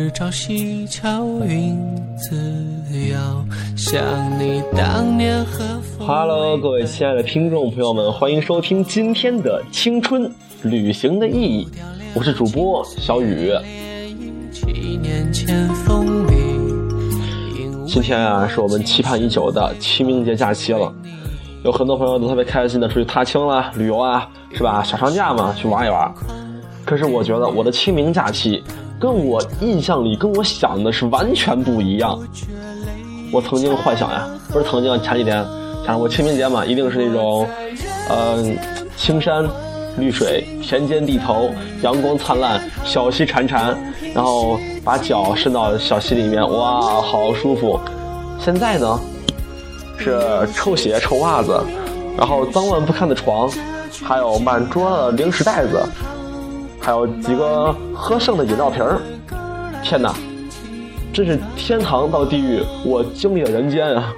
日朝夕巧云自遥，想你当年和风。 Hello， 各位亲爱的听众朋友们，欢迎收听今天的青春旅行的意义，我是主播小雨。今天啊，是我们期盼已久的清明节假期了，有很多朋友都特别开心的出去踏青啦、旅游啊，是吧？小长假嘛，去玩一玩。可是我觉得我的清明假期跟我印象里、跟我想的是完全不一样。我曾经幻想呀，不是曾经，前几天想着我清明节嘛，一定是那种，青山绿水，田间地头，阳光灿烂，小溪潺潺，然后把脚伸到小溪里面，哇，好舒服。现在呢，是臭鞋、臭袜子，然后脏乱不堪的床，还有满桌的零食袋子，还有几个喝剩的饮料瓶儿。天哪，真是天堂到地狱，我经历了人间啊！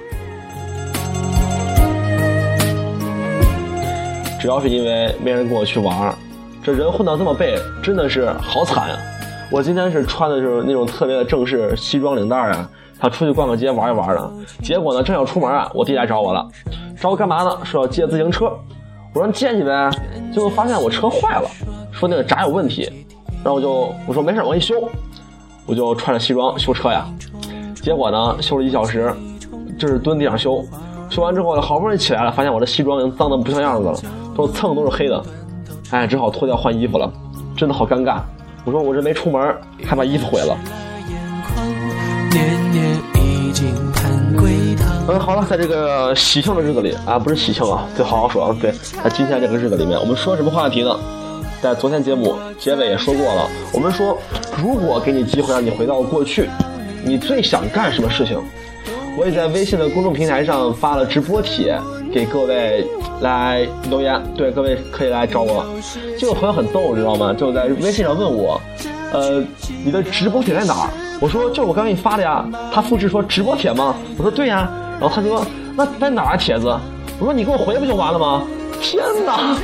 主要是因为没人跟我去玩，这人混到这么背，真的是好惨啊！我今天是穿的是那种特别的正式西装领带啊，想出去逛个街玩一玩的。结果呢，正要出门啊，我弟来找我了，找我干嘛呢？说要借自行车。我说借你呗，结果发现我车坏了，说那个闸有问题，然后我说没事，我给你修。我就穿着西装修车呀，结果呢，修了1小时，就是蹲地上修。修完之后呢，好不容易起来了，发现我的西装已经脏得不像样子了，蹭都是黑的，哎，只好脱掉换衣服了，真的好尴尬。我说我这没出门，还把衣服毁了。好了，在这个喜庆的日子里啊，不是喜庆啊，对，好好说啊，对，在今天这个日子里面，我们说什么话题呢？在昨天节目结尾也说过了，我们说，如果给你机会让你回到过去，你最想干什么事情？我也在微信的公众平台上发了直播帖，给各位来留言，对，各位可以来找我。这个朋友很逗，知道吗？就在微信上问我，你的直播帖在哪儿？我说就是我刚给你发的呀。他复制说直播帖吗？我说对呀。然后他说那在哪儿啊帖子？我说你给我回不就完了吗？天哪！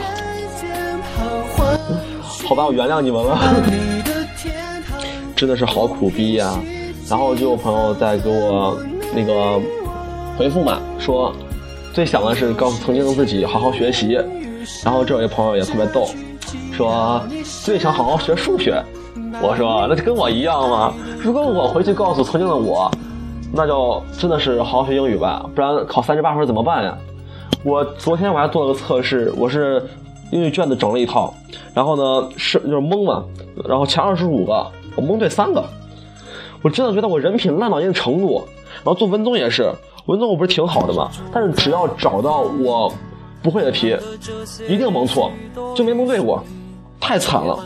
好吧，我原谅你们了。真的是好苦逼呀。然后就有朋友在给我那个回复嘛，说最想的是告诉曾经的自己好好学习。然后这有一朋友也特别逗，说最想好好学数学。我说那就跟我一样嘛，如果我回去告诉曾经的我，那就真的是好好学英语吧，不然考38分怎么办呀？我昨天我还做了个测试，我是英语卷子整了一套，然后呢就是蒙嘛，然后前25个我蒙对3个。我真的觉得我人品烂到一定程度。然后做文综也是，文综我不是挺好的嘛，但是只要找到我不会的题，一定蒙错，就没蒙对过，太惨了。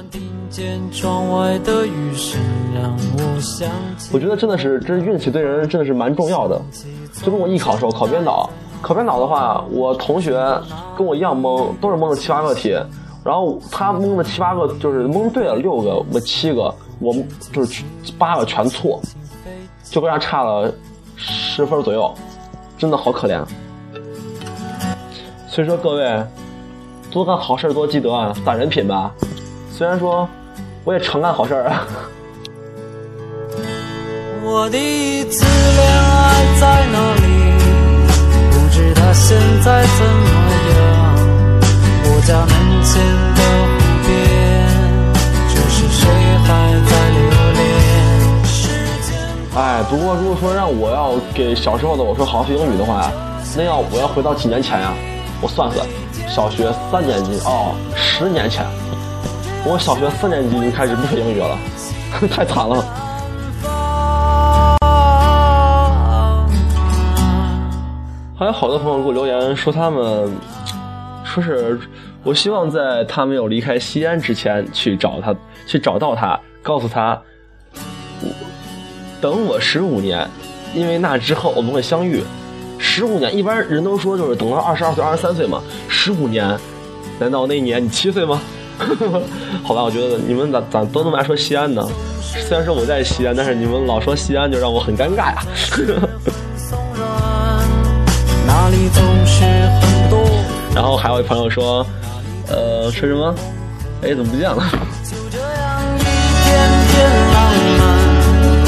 我觉得真的是，这运气对人真的是蛮重要的。就跟我艺考的时候考编导的话，我同学跟我一样蒙，都是蒙了7、8个题，然后他蒙的7、8个就是蒙对了6个，我7个，我就是8个全错，就跟他差了10分左右，真的好可怜。所以说各位，多干好事多积德啊，攒人品吧。虽然说我也常干好事啊。 我第一次恋爱在哪里？不知他现在怎么样？我家门前的湖边，这是谁还在留恋？ 哎，不过如果说让我要给小时候的我说好好学英语的话，那我要回到几年前呀？我算算，小学3年级10年前，我小学4年级就开始不学英语了，太惨了。还有好多朋友给我留言说说是我希望在他没有离开西安之前去找到他，告诉他等我15年，因为那之后我们会相遇。15年，一般人都说就是等到22岁、23岁嘛。15年，难道那一年你7岁吗？好吧，我觉得你们咋都那么爱说西安呢？虽然说我在西安，但是你们老说西安就让我很尴尬呀。然后还有一朋友说，说什么？哎，怎么不见了？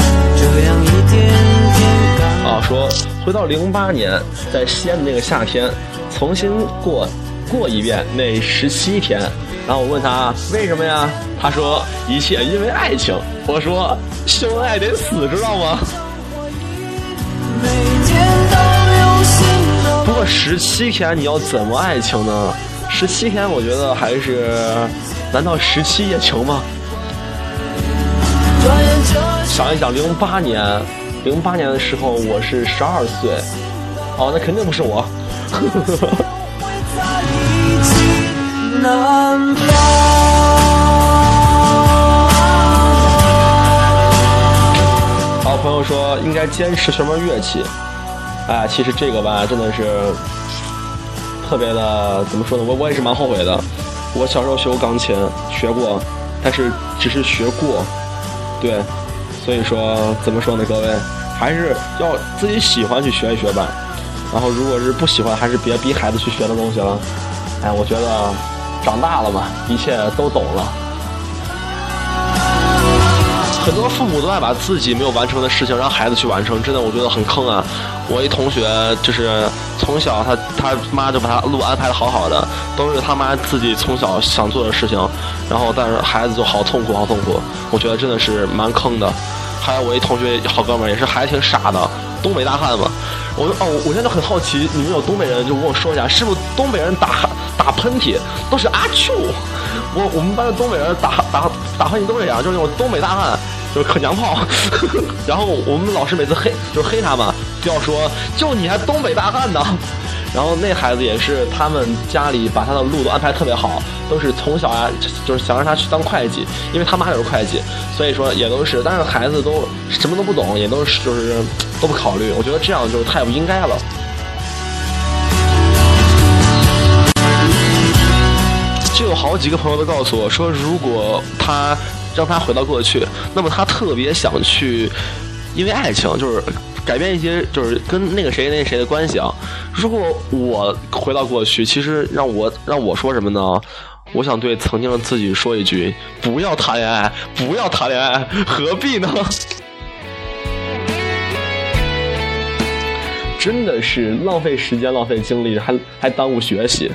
说回到08年，在西安的那个夏天，重新过一遍那17天。然后我问他为什么呀？他说一切因为爱情。我说秀恩爱得死，知道吗？不过17天你要怎么爱情呢？17天我觉得还是，难道17夜情吗？想一想08年的时候我是12岁，哦，那肯定不是我。好，朋友说应该坚持学门乐器。哎，其实这个吧，真的是特别的，怎么说呢？我也是蛮后悔的。我小时候学过钢琴，学过，但是只是学过，对。所以说，怎么说呢？各位，还是要自己喜欢去学一学吧。然后，如果是不喜欢，还是别逼孩子去学的东西了。哎，我觉得长大了嘛，一切都懂了。很多父母都爱把自己没有完成的事情让孩子去完成，真的我觉得很坑啊！我一同学就是从小他妈就把他路安排的好好的，都是他妈自己从小想做的事情，然后但是孩子就好痛苦，我觉得真的是蛮坑的。还有我一同学好哥们儿也是还挺傻的，东北大汉嘛。我现在就很好奇，你们有东北人就跟我说一下，是不是东北人打喷嚏都是阿啾？我们班的东北人打喷嚏都这样，就是那种东北大汉，就是可娘炮。然后我们老师每次黑他嘛，就要说就你还东北大汉呢。然后那孩子也是他们家里把他的路都安排特别好，都是从小啊就是想让他去当会计，因为他妈也是会计，所以说也都是，但是孩子都什么都不懂，也都是就是都不考虑，我觉得这样就是太不应该了。就有好几个朋友都告诉我说，如果他让他回到过去，那么他特别想去因为爱情就是改变一些就是跟那个谁的关系啊。如果我回到过去，其实让我说什么呢？我想对曾经的自己说一句：不要谈恋爱，不要谈恋爱，何必呢？真的是浪费时间，浪费精力，还耽误学习。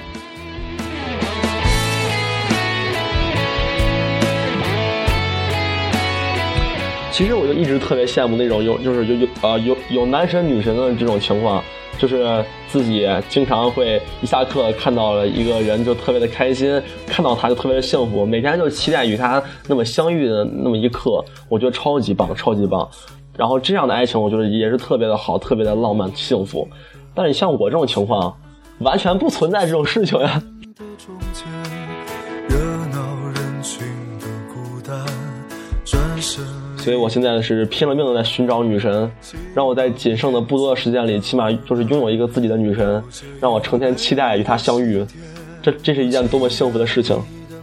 其实我就一直特别羡慕那种有男神女神的这种情况，就是自己经常会一下课看到了一个人就特别的开心，看到他就特别的幸福，每天就期待与他那么相遇的那么一刻，我觉得超级棒。然后这样的爱情我觉得也是特别的好，特别的浪漫幸福。但是像我这种情况完全不存在这种事情呀。所以我现在是拼了命的在寻找女神，让我在仅剩的不多的时间里，起码就是拥有一个自己的女神，让我成天期待与她相遇。这是一件多么幸福的事情。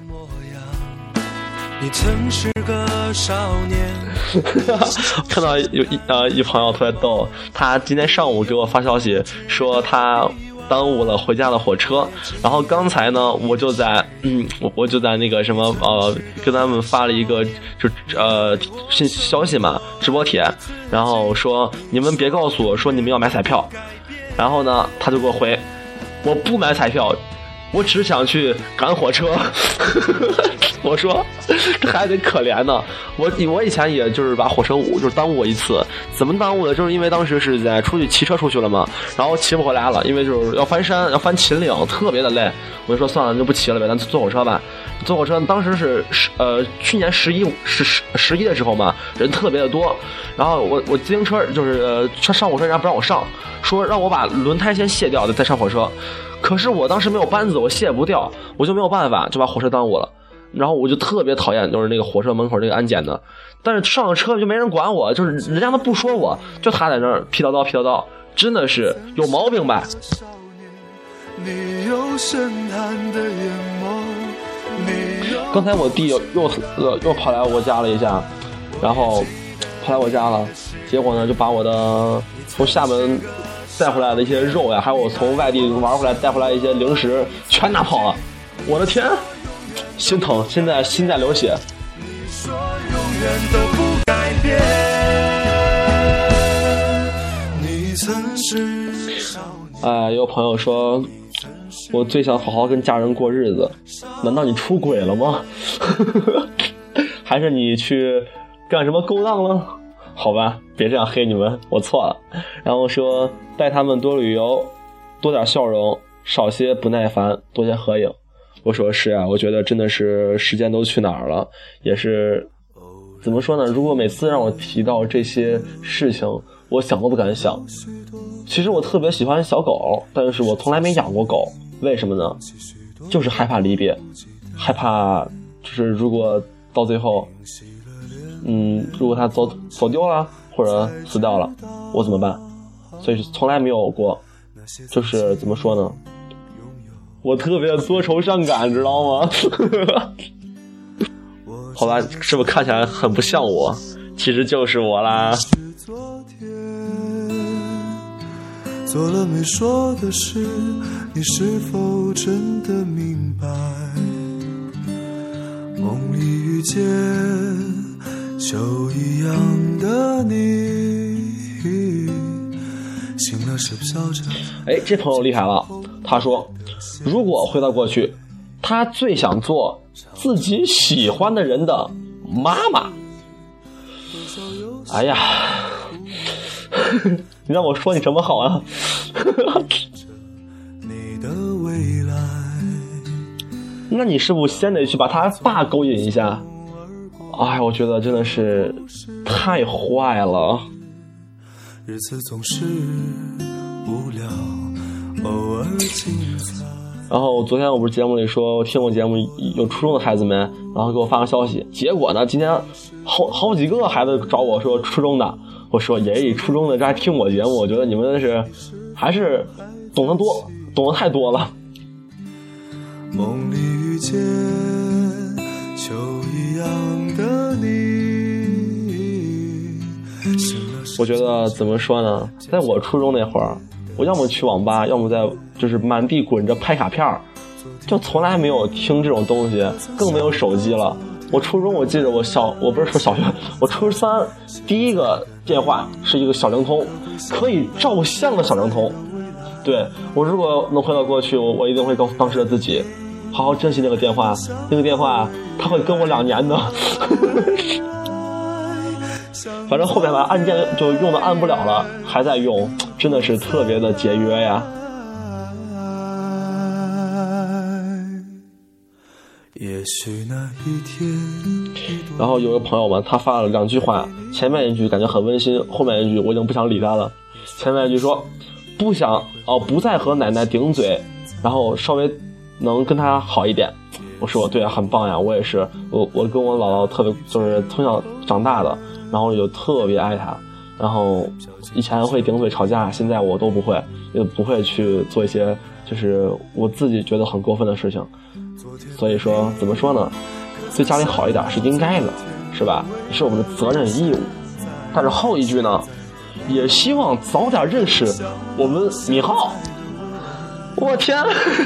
你曾是个少年。看到一朋友特别逗，他今天上午给我发消息说他耽误了回家的火车，然后刚才呢我就在那个什么跟他们发了一个消息嘛，直播帖，然后说你们别告诉我说你们要买彩票，然后呢他就给我回我不买彩票，我只想去赶火车。我说这孩子可怜呢，我以前也就是把火车就是耽误过一次，怎么耽误的？就是因为当时是在骑车出去了嘛，然后骑不回来了，因为就是要翻山，要翻秦岭，特别的累。我就说算了，就不骑了呗，咱坐火车吧。坐火车当时是去年十一的时候嘛，人特别的多，然后我自行车就是上火车，人家不让我上，说让我把轮胎先卸掉再上火车。可是我当时没有扳子，我卸不掉，我就没有办法，就把火车耽误了。然后我就特别讨厌就是那个火车门口那个安检的，但是上了车就没人管我，就是人家都不说我，就他在那儿屁叨叨，真的是有毛病吧。刚才我弟又跑来我家了一下，然后跑来我家了，结果呢就把我的从厦门带回来的一些肉呀，还有我从外地玩回来带回来一些零食全拿跑了。我的天，心疼，现在心在流血。你说永远都不改变，你曾有朋友说我最想好好跟家人过日子，难道你出轨了吗？还是你去干什么勾当了？好吧，别这样黑你们，我错了。然后说带他们多旅游，多点笑容，少些不耐烦，多些合影。我说是啊，我觉得真的是时间都去哪儿了，也是怎么说呢，如果每次让我提到这些事情，我想都不敢想。其实我特别喜欢小狗，但是我从来没养过狗。为什么呢？就是害怕离别，害怕就是如果到最后如果它走丢了或者死掉了，我怎么办？所以从来没有过，就是怎么说呢，我特别多愁善感，知道吗？好吧，是不是看起来很不像我？其实就是我啦。 做了没说的事，你是否真的明白？梦里遇见就一样的你，醒了是飘着。 这朋友厉害了，他说如果回到过去，他最想做自己喜欢的人的妈妈。哎呀，你让我说你什么好啊？ 你的未来， 那你是不是先得去把他爸勾引一下？哎，我觉得真的是太坏了。 日子总是无聊，偶尔精彩。 然后昨天我不是节目里说听我节目有初中的孩子们，然后给我发个消息，结果呢今天好几个孩子找我说初中的，我说初中的这还听我节目，我觉得你们还是懂得多，懂得太多了。 梦里遇见就一样的你， 我觉得怎么说呢，在我初中那会儿，我要么去网吧，要么在就是满地滚着拍卡片，就从来没有听这种东西，更没有手机了。我初中我记得我不是说小学，我初三第一个电话是一个小灵通，可以照相的小灵通。对，我如果能回到过去，我一定会告诉当时的自己，好好珍惜那个电话，那个电话它会跟我2年的。反正后面把按键就用的按不了了，还在用，真的是特别的节约呀。 也许那一天。 然后有个朋友们，他发了2句话，前面一句感觉很温馨，后面一句我已经不想理他了。前面一句说不再和奶奶顶嘴，然后稍微能跟他好一点。我说对啊，很棒呀，我也是，我跟我姥姥特别就是从小长大的，然后就特别爱她，然后以前会顶嘴吵架，现在我都不会，也不会去做一些就是我自己觉得很过分的事情。所以说怎么说呢，对家里好一点是应该的，是吧？是我们的责任义务。但是后一句呢，也希望早点认识我们米浩。我天，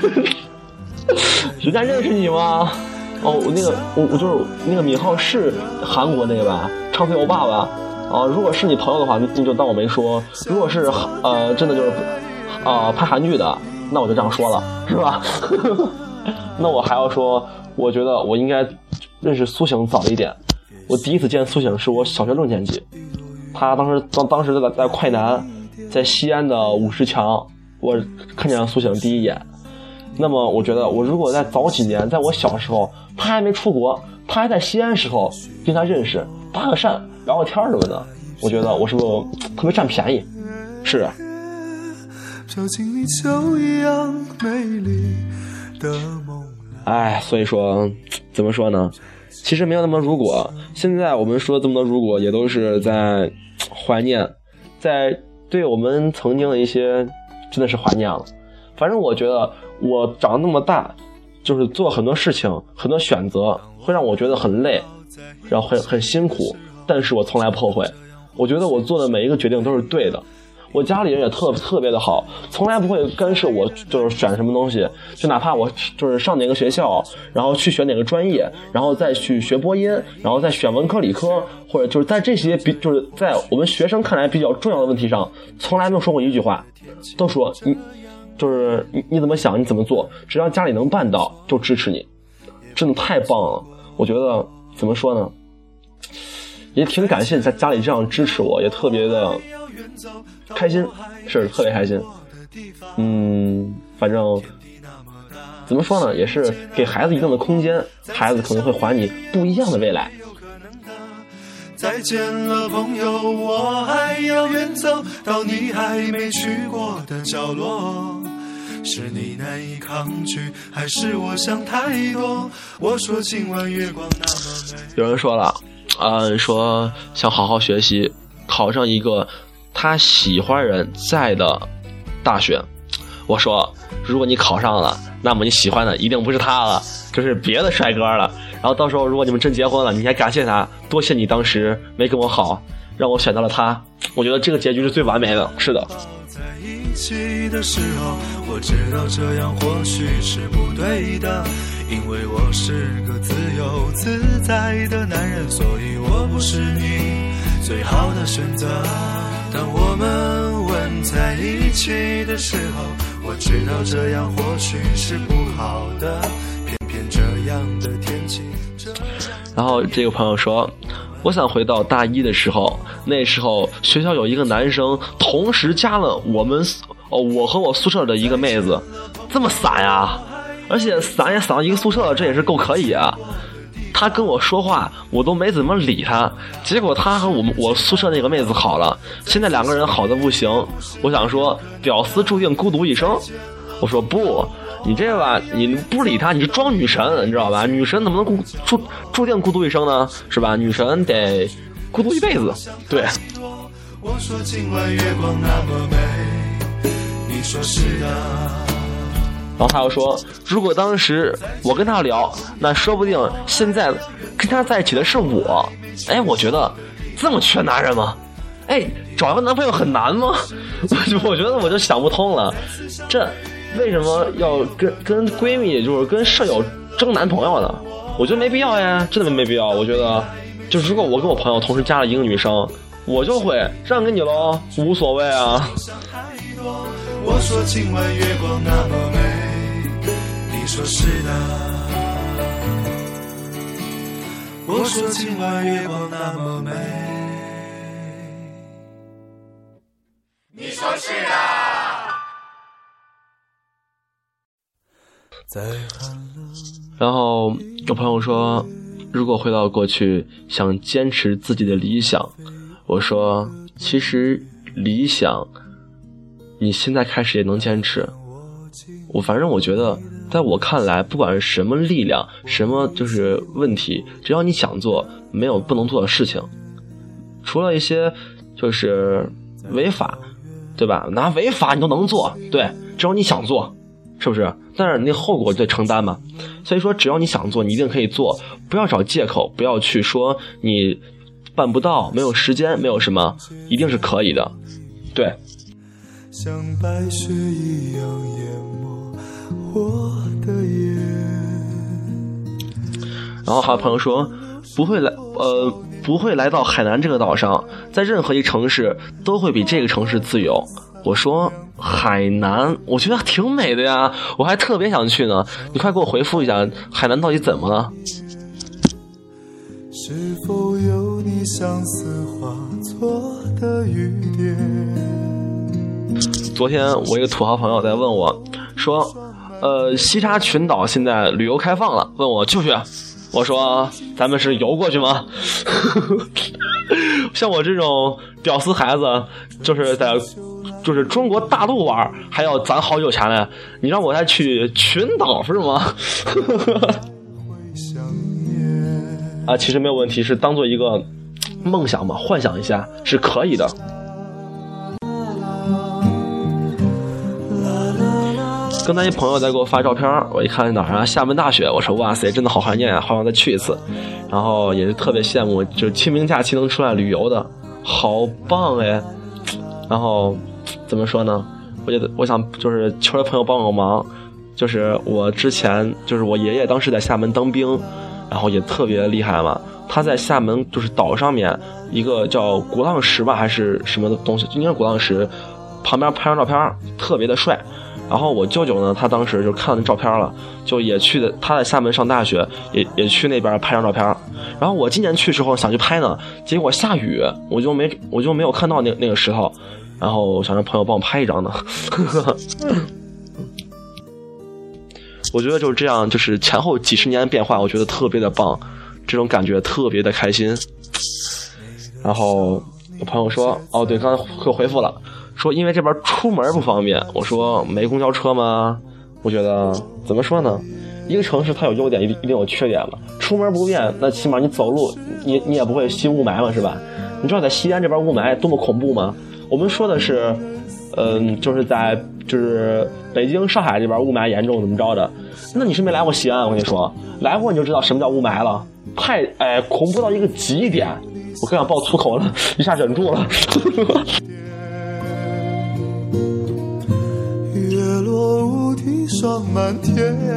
人家认识你吗？我就是那个米浩是韩国那个吧，唱飞欧巴吧。如果是你朋友的话，你就当我没说；如果是真的就是拍韩剧的，那我就这样说了，是吧？那我还要说，我觉得我应该认识苏醒早一点。我第一次见苏醒是我小学6年级，他当时在快男，在西安的50强，我看见了苏醒第一眼。那么我觉得我如果在早几年，在我小时候，他还没出国，他还在西安时候跟他认识，搭个讪，聊个天什么的，我觉得我是不是特别占便宜？是。 飘进你就一样美丽的梦。 所以说怎么说呢，其实没有那么如果，现在我们说这么多如果也都是在怀念，在对我们曾经的一些真的是怀念了。反正我觉得我长那么大，就是做很多事情很多选择会让我觉得很累，然后很辛苦，但是我从来不后悔。我觉得我做的每一个决定都是对的， 我家里人也特别的好，从来不会干涉我就是选什么东西，就哪怕我就是上哪个学校，然后去选哪个专业，然后再去学播音，然后再选文科理科，或者就是在这些就是在我们学生看来比较重要的问题上，从来没有说过一句话，都说你怎么想你怎么做，只要家里能办到就支持你，真的太棒了。我觉得怎么说呢，也挺感谢在家里这样支持我，也特别的开心，是特别开心。反正怎么说呢，也是给孩子一定的空间，孩子可能会还你不一样的未来。 再见了朋友，我还要远走到你还没去过的角落，是你难以抗拒，还是我想太多？我说今晚月光那么美。 有人说了，说想好好学习，考上一个他喜欢人在的大学。我说，如果你考上了，那么你喜欢的一定不是他了，就是别的帅哥了。然后到时候如果你们真结婚了，你还感谢他，多谢你当时没跟我好，让我选到了他。我觉得这个结局是最完美的。是的。 在一起的时候，我知道这样或许是不对的，因为我是个自由自在的男人，所以我不是你最好的选择。当我们吻在一起的时候，我知道这样或许是不好的，偏偏这样的天气。 然后这个朋友说，我想回到大一的时候，那时候学校有一个男生同时加了我和我宿舍的一个妹子，这么散呀，而且散也散到一个宿舍了，这也是够可以啊。他跟我说话我都没怎么理他，结果他和我宿舍那个妹子好了，现在两个人好的不行。我想说屌丝注定孤独一生，我说不，你这吧，你不理他，你是装女神，你知道吧？女神怎么能注定孤独一生呢？是吧？女神得孤独一辈子。对。 我说今晚月光那么美，你说是的。 然后他又说，如果当时我跟他聊，那说不定现在跟他在一起的是我。哎，我觉得这么缺男人吗？哎，找一个男朋友很难吗？我觉得我就想不通了，这为什么要跟闺蜜就是跟舍友争男朋友呢？我觉得没必要呀，真的没必要。我觉得就如果我跟我朋友同时加了一个女生，我就会让给你咯，无所谓啊。 我说今晚月光那么美，你说是的。我说今晚月光那么美，你说是的。 然后有朋友说，如果回到过去想坚持自己的理想，我说其实理想你现在开始也能坚持。反正我觉得在我看来，不管是什么力量什么就是问题，只要你想做，没有不能做的事情，除了一些就是违法，对吧？拿违法你都能做，对，只要你想做，是不是？但是那后果得承担嘛。所以说只要你想做，你一定可以做，不要找借口，不要去说你办不到，没有时间，没有什么，一定是可以的。对， 像白雪一样淹没我的眼。 然后还有朋友说不会来到海南这个岛上，在任何一个城市都会比这个城市自由。我说海南我觉得挺美的呀，我还特别想去呢，你快给我回复一下海南到底怎么了。 是否有你相思化作的雨点？ 昨天我一个土豪朋友在问我说西沙群岛现在旅游开放了，问我去不去。我说咱们是游过去吗？像我这种屌丝孩子就是中国大陆玩还要攒好久钱呢，你让我再去群岛是吗？啊，其实没有问题，是当做一个梦想嘛，幻想一下是可以的。刚才一朋友在给我发照片，我一看哪儿厦门大雪，我说哇塞，真的好怀念啊，好想再去一次。然后也是特别羡慕，就是清明假期能出来旅游的，好棒哎。然后怎么说呢？我想就是求着朋友帮我忙，就是我之前就是我爷爷当时在厦门当兵，然后也特别厉害嘛。他在厦门就是岛上面一个叫鼓浪石吧，还是什么的东西，应该是鼓浪石旁边拍张照片，特别的帅。然后我舅舅呢，他当时就看到那照片了，就也去的，他在厦门上大学，也去那边拍张照片。然后我今年去之后想去拍呢，结果下雨，我就没有看到那个石头，然后想让朋友帮我拍一张呢。我觉得就是这样，就是前后几十年变化，我觉得特别的棒，这种感觉特别的开心。然后有朋友说，哦对，刚才给我回复了，说因为这边出门不方便。我说没公交车吗？我觉得怎么说呢，一个城市它有优点一定有缺点嘛。出门不便，那起码你走路你也不会吸雾霾嘛，是吧？你知道在西安这边雾霾多么恐怖吗？我们说的是就是在就是北京上海这边雾霾严重怎么着的，那你是没来过西安，我跟你说，来过你就知道什么叫雾霾了，太恐怖到一个极点。我更想爆粗口了，一下忍住了。 月落乌啼霜满天，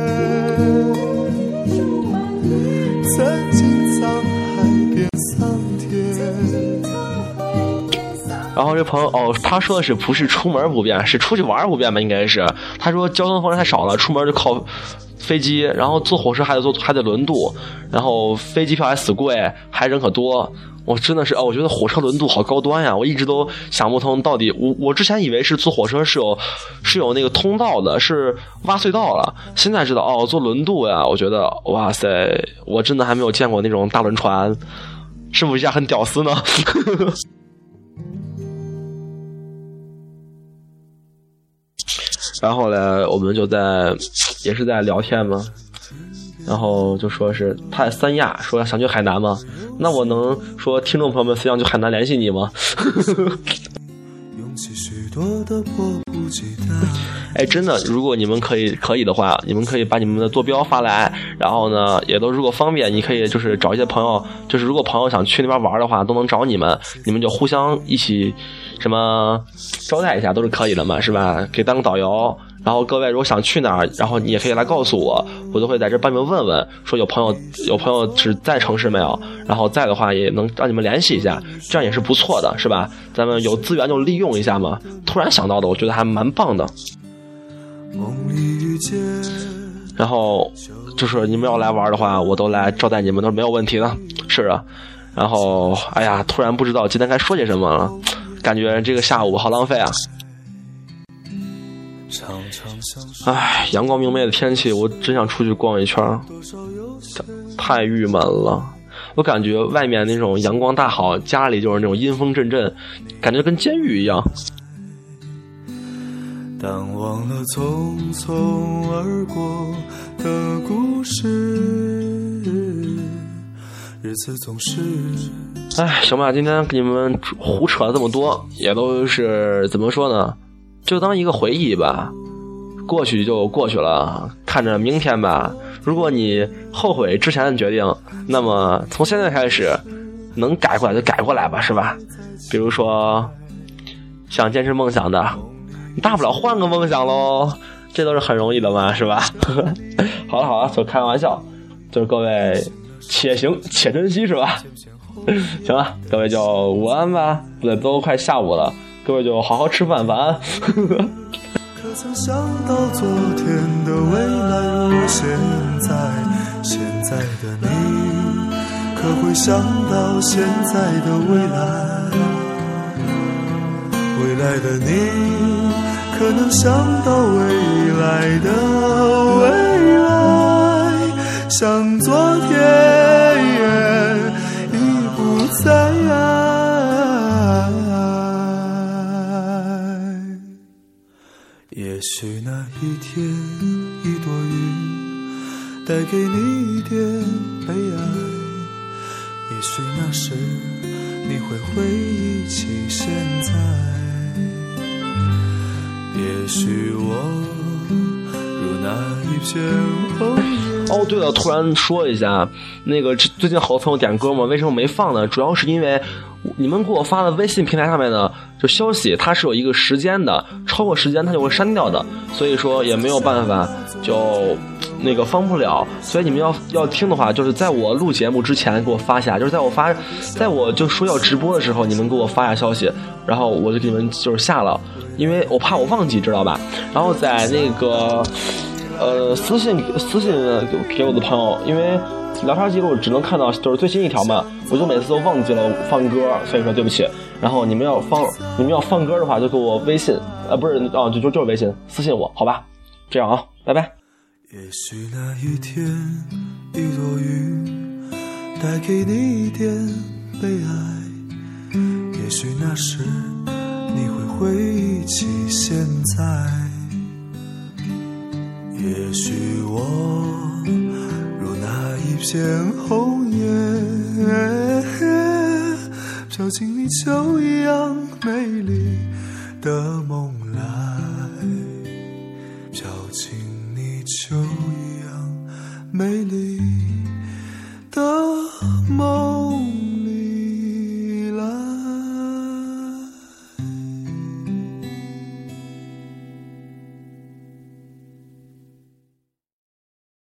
曾经沧海变桑田。 然后这朋友他说的是不是出门不便，是出去玩不便吧？应该是。他说交通方式太少了，出门就靠飞机，然后坐火车还得轮渡，然后飞机票还死贵，还人可多。我真的是我觉得火车轮渡好高端呀！我一直都想不通，到底我之前以为是坐火车是有那个通道的，是挖隧道了，现在知道坐轮渡呀！我觉得哇塞，我真的还没有见过那种大轮船，是不是一下很屌丝呢？然后呢，我们就也是在聊天嘛，然后就说是他在三亚，说想去海南吗？那我能说听众朋友们想去海南联系你吗？真的，如果你们可以的话，你们可以把你们的坐标发来，然后呢，也都如果方便，你可以就是找一些朋友，就是如果朋友想去那边玩的话，都能找你们就互相一起什么招待一下，都是可以的嘛，是吧？给当个导游。然后各位如果想去哪儿，然后你也可以来告诉我，我都会在这帮你们问问，说有朋友是在城市没有，然后在的话也能让你们联系一下，这样也是不错的，是吧？咱们有资源就利用一下嘛。突然想到的，我觉得还蛮棒的。然后就是你们要来玩的话，我都来招待你们都是没有问题的。是啊，然后突然不知道今天该说些什么了，感觉这个下午好浪费啊。阳光明媚的天气，我真想出去逛一圈，太郁闷了。我感觉外面那种阳光大好，家里就是那种阴风阵阵，感觉跟监狱一样。 淡忘了匆匆而过的故事，日子总是行吧，今天给你们胡扯了这么多，也都是怎么说呢，就当一个回忆吧，过去就过去了，看着明天吧。如果你后悔之前的决定，那么从现在开始能改过来就改过来吧，是吧？比如说想坚持梦想的，你大不了换个梦想咯，这都是很容易的嘛，是吧？好了，就开玩笑，就是各位且行且珍惜，是吧？行了，各位就午安吧，不对，都快下午了，各位就好好吃饭，晚安。 可曾想到昨天的未来，如现在的你，可会想到现在的未来，未来的你可能想到未来的未来，像昨天已不在。也许那一天一朵云带给你一点悲哀，也许那时你会回忆起现在，也许我如那一片红叶。 对了，突然说一下，那个最近好多朋友点歌嘛，为什么没放呢？主要是因为你们给我发的微信平台上面呢，就消息它是有一个时间的，超过时间它就会删掉的，所以说也没有办法就那个放不了。所以你们要听的话，就是在我录节目之前给我发下，就是在我就说要直播的时候，你们给我发下消息，然后我就给你们就是下了，因为我怕我忘记，知道吧？然后在那个私信给我的朋友，因为聊天记录只能看到就是最新一条嘛，我就每次都忘记了放歌，所以说对不起。然后你们要放歌的话，就给我微信，不是就是微信私信我，好吧？这样啊，拜拜。 也许那一天一朵云带给你一点悲哀，也许那时你会回忆起现在，也许我如那一片红叶，飘进你就一样美丽的梦来，飘进你就一样美丽